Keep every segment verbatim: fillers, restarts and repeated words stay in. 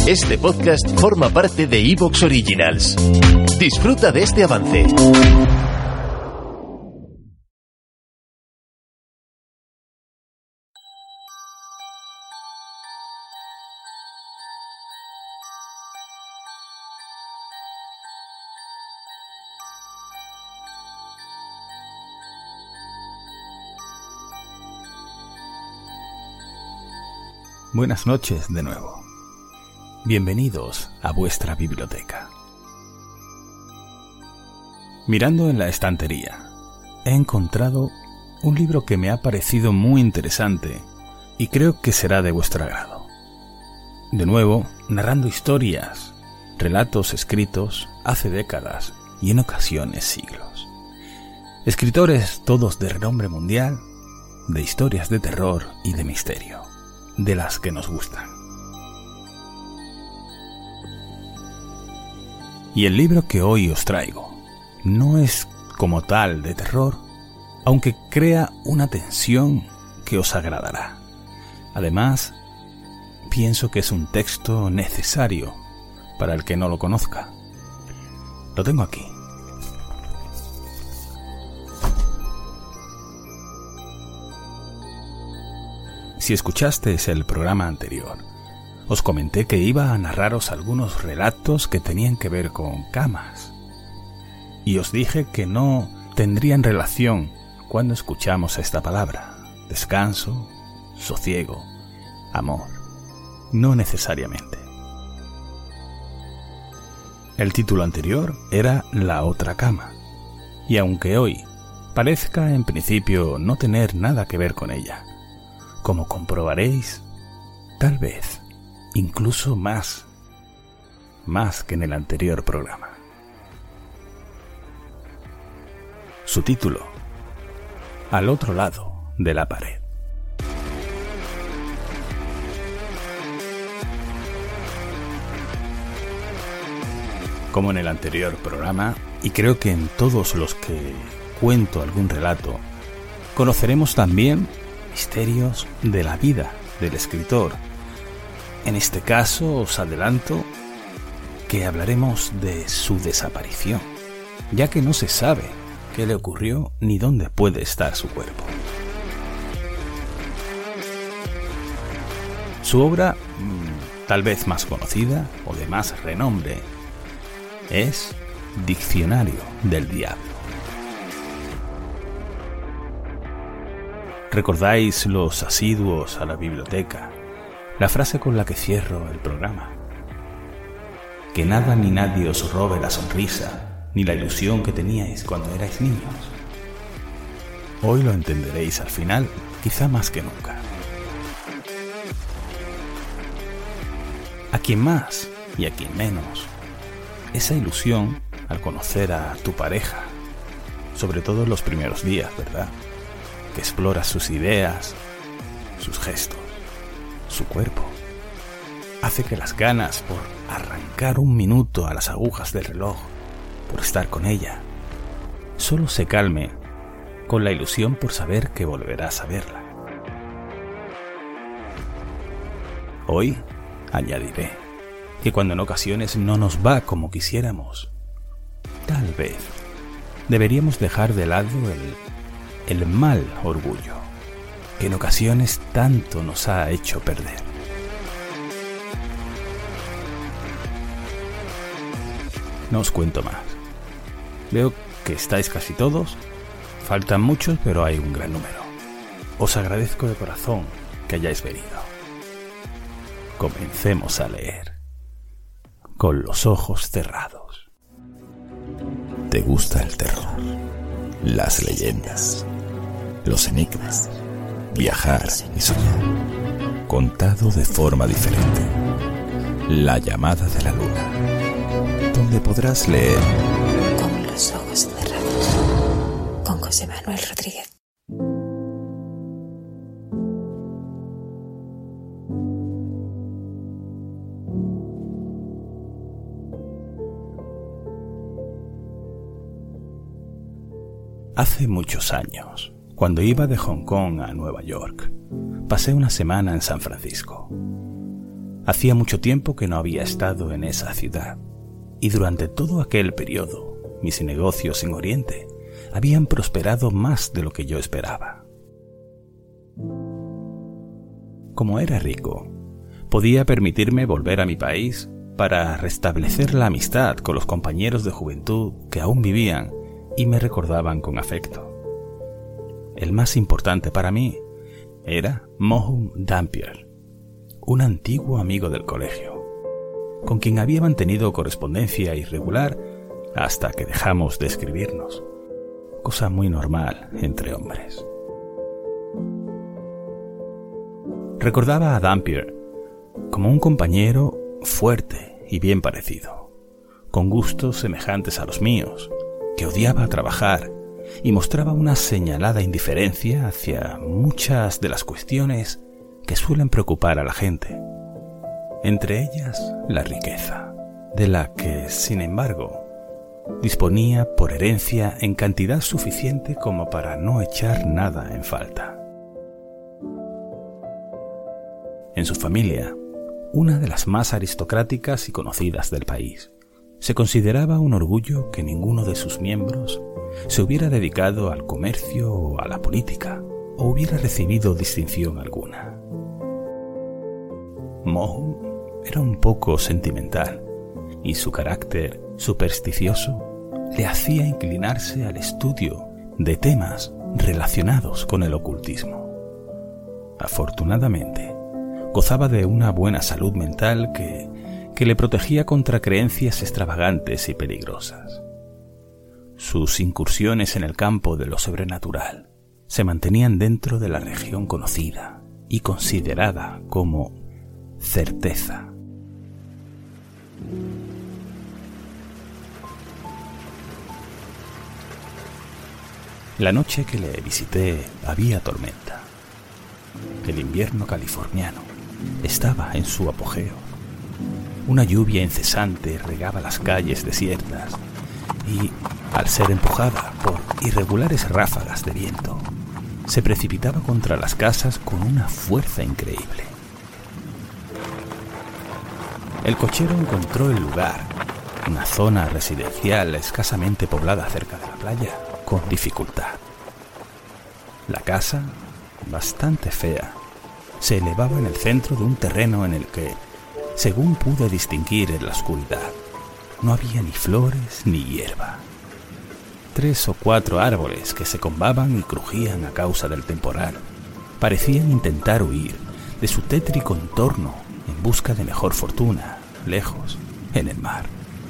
Este podcast forma parte de iVoox Originals. Disfruta de este avance. Buenas noches de nuevo. Bienvenidos a vuestra biblioteca. Mirando en la estantería, he encontrado un libro que me ha parecido muy interesante y creo que será de vuestro agrado. De nuevo, narrando historias, relatos escritos hace décadas y en ocasiones siglos. Escritores todos de renombre mundial, de historias de terror y de misterio, de las que nos gustan. Y el libro que hoy os traigo no es como tal de terror, aunque crea una tensión que os agradará. Además, pienso que es un texto necesario para el que no lo conozca. Lo tengo aquí. Si escuchasteis el programa anterior, os comenté que iba a narraros algunos relatos que tenían que ver con camas. Y os dije que no tendrían relación cuando escuchamos esta palabra. Descanso, sosiego, amor. No necesariamente. El título anterior era La otra cama. Y aunque hoy parezca en principio no tener nada que ver con ella, como comprobaréis, tal vez incluso más, más que en el anterior programa. Su título: Al otro lado de la pared. Como en el anterior programa, y creo que en todos los que cuento algún relato, conoceremos también misterios de la vida del escritor. En este caso os adelanto que hablaremos de su desaparición, ya que no se sabe qué le ocurrió ni dónde puede estar su cuerpo. Su obra, tal vez más conocida o de más renombre, es Diccionario del Diablo. ¿Recordáis, los asiduos a la biblioteca, la frase con la que cierro el programa? Que nada ni nadie os robe la sonrisa ni la ilusión que teníais cuando erais niños. Hoy lo entenderéis al final, quizá más que nunca. A quien más y a quien menos, esa ilusión al conocer a tu pareja, sobre todo en los primeros días, ¿verdad? Que exploras sus ideas, sus gestos, su cuerpo, hace que las ganas por arrancar un minuto a las agujas del reloj, por estar con ella, solo se calme con la ilusión por saber que volverás a verla. Hoy añadiré que cuando en ocasiones no nos va como quisiéramos, tal vez deberíamos dejar de lado el el mal orgullo, que en ocasiones tanto nos ha hecho perder. No os cuento más. Veo que estáis casi todos. Faltan muchos, pero hay un gran número. Os agradezco de corazón que hayáis venido. Comencemos a leer con los ojos cerrados. ¿Te gusta el terror? Las leyendas, los enigmas, viajar y soñar, contado de forma diferente. La llamada de la luna, donde podrás leer Con los ojos cerrados, con José Manuel Rodríguez. Hace muchos años, cuando iba de Hong Kong a Nueva York, pasé una semana en San Francisco. Hacía mucho tiempo que no había estado en esa ciudad, y durante todo aquel periodo, mis negocios en Oriente habían prosperado más de lo que yo esperaba. Como era rico, podía permitirme volver a mi país para restablecer la amistad con los compañeros de juventud que aún vivían y me recordaban con afecto. El más importante para mí era Mohun Dampier, un antiguo amigo del colegio, con quien había mantenido correspondencia irregular hasta que dejamos de escribirnos, cosa muy normal entre hombres. Recordaba a Dampier como un compañero fuerte y bien parecido, con gustos semejantes a los míos, que odiaba trabajar y mostraba una señalada indiferencia hacia muchas de las cuestiones que suelen preocupar a la gente, entre ellas la riqueza, de la que, sin embargo, disponía por herencia en cantidad suficiente como para no echar nada en falta. En su familia, una de las más aristocráticas y conocidas del país, se consideraba un orgullo que ninguno de sus miembros se hubiera dedicado al comercio o a la política, o hubiera recibido distinción alguna. Mohun era un poco sentimental, y su carácter supersticioso le hacía inclinarse al estudio de temas relacionados con el ocultismo. Afortunadamente, gozaba de una buena salud mental que, que le protegía contra creencias extravagantes y peligrosas. Sus incursiones en el campo de lo sobrenatural se mantenían dentro de la región conocida y considerada como certeza. La noche que le visité había tormenta. El invierno californiano estaba en su apogeo. Una lluvia incesante regaba las calles desiertas y, al ser empujada por irregulares ráfagas de viento, se precipitaba contra las casas con una fuerza increíble. El cochero encontró el lugar, una zona residencial escasamente poblada cerca de la playa, con dificultad. La casa, bastante fea, se elevaba en el centro de un terreno en el que, según pude distinguir en la oscuridad, no había ni flores ni hierba. Tres o cuatro árboles que se combaban y crujían a causa del temporal parecían intentar huir de su tétrico entorno en busca de mejor fortuna, lejos, en el mar.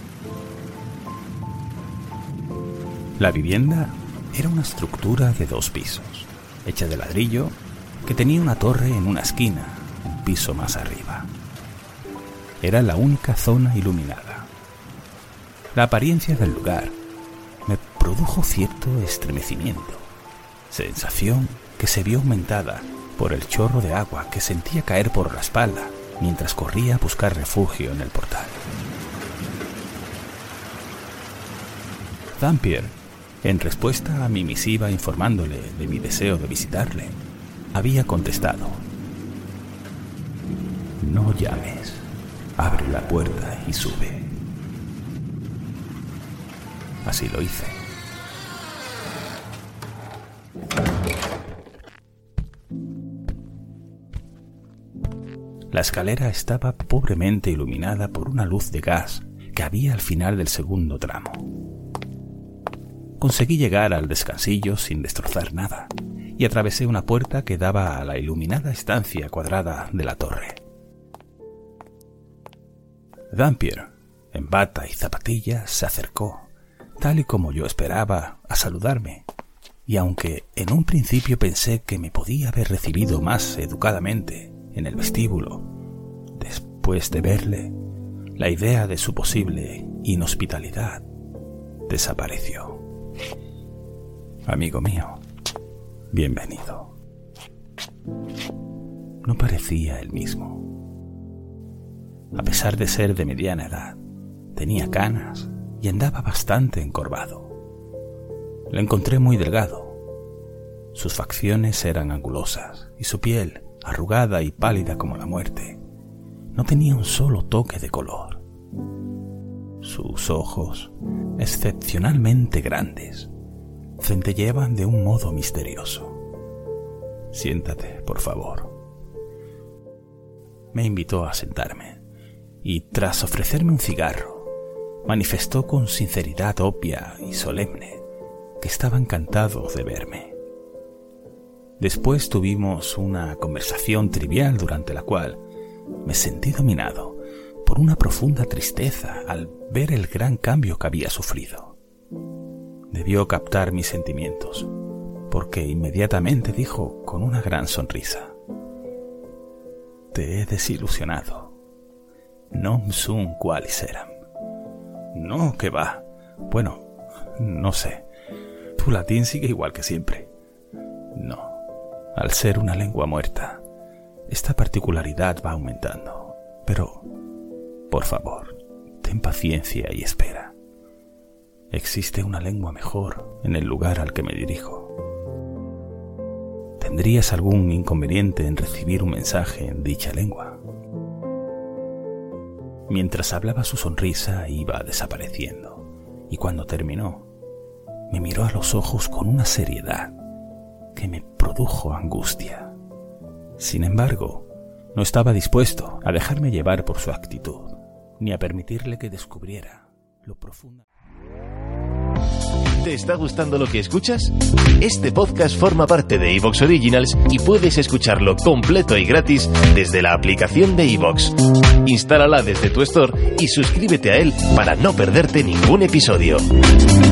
La vivienda era una estructura de dos pisos, hecha de ladrillo, que tenía una torre en una esquina, un piso más arriba. Era la única zona iluminada. La apariencia del lugar me produjo cierto estremecimiento, sensación que se vio aumentada por el chorro de agua que sentía caer por la espalda mientras corría a buscar refugio en el portal. Dampier, en respuesta a mi misiva informándole de mi deseo de visitarle, había contestado: «No llames, abre la puerta y sube». Así lo hice. La escalera estaba pobremente iluminada por una luz de gas que había al final del segundo tramo. Conseguí llegar al descansillo sin destrozar nada y atravesé una puerta que daba a la iluminada estancia cuadrada de la torre. Dampier, en bata y zapatillas, se acercó, tal y como yo esperaba, a saludarme, y aunque en un principio pensé que me podía haber recibido más educadamente en el vestíbulo, después de verle, la idea de su posible inhospitalidad desapareció. «Amigo mío, bienvenido». No parecía el mismo. A pesar de ser de mediana edad, tenía canas y andaba bastante encorvado. Lo encontré muy delgado. Sus facciones eran angulosas y su piel, arrugada y pálida como la muerte, no tenía un solo toque de color. Sus ojos, excepcionalmente grandes, centelleaban de un modo misterioso. «Siéntate, por favor». Me invitó a sentarme y, tras ofrecerme un cigarro, manifestó con sinceridad obvia y solemne que estaba encantado de verme. Después tuvimos una conversación trivial durante la cual me sentí dominado por una profunda tristeza al ver el gran cambio que había sufrido. Debió captar mis sentimientos, porque inmediatamente dijo con una gran sonrisa: «Te he desilusionado. Non sum qualis eram». «No, que va. Bueno, no sé. Tu latín sigue igual que siempre». «No. Al ser una lengua muerta, esta particularidad va aumentando. Pero, por favor, ten paciencia y espera. Existe una lengua mejor en el lugar al que me dirijo. ¿Tendrías algún inconveniente en recibir un mensaje en dicha lengua?». Mientras hablaba, su sonrisa iba desapareciendo, y cuando terminó, me miró a los ojos con una seriedad que me produjo angustia. Sin embargo, no estaba dispuesto a dejarme llevar por su actitud, ni a permitirle que descubriera lo profundo. ¿Te está gustando lo que escuchas? Este podcast forma parte de iVoox Originals y puedes escucharlo completo y gratis desde la aplicación de iVoox. Instálala desde tu store y suscríbete a él para no perderte ningún episodio.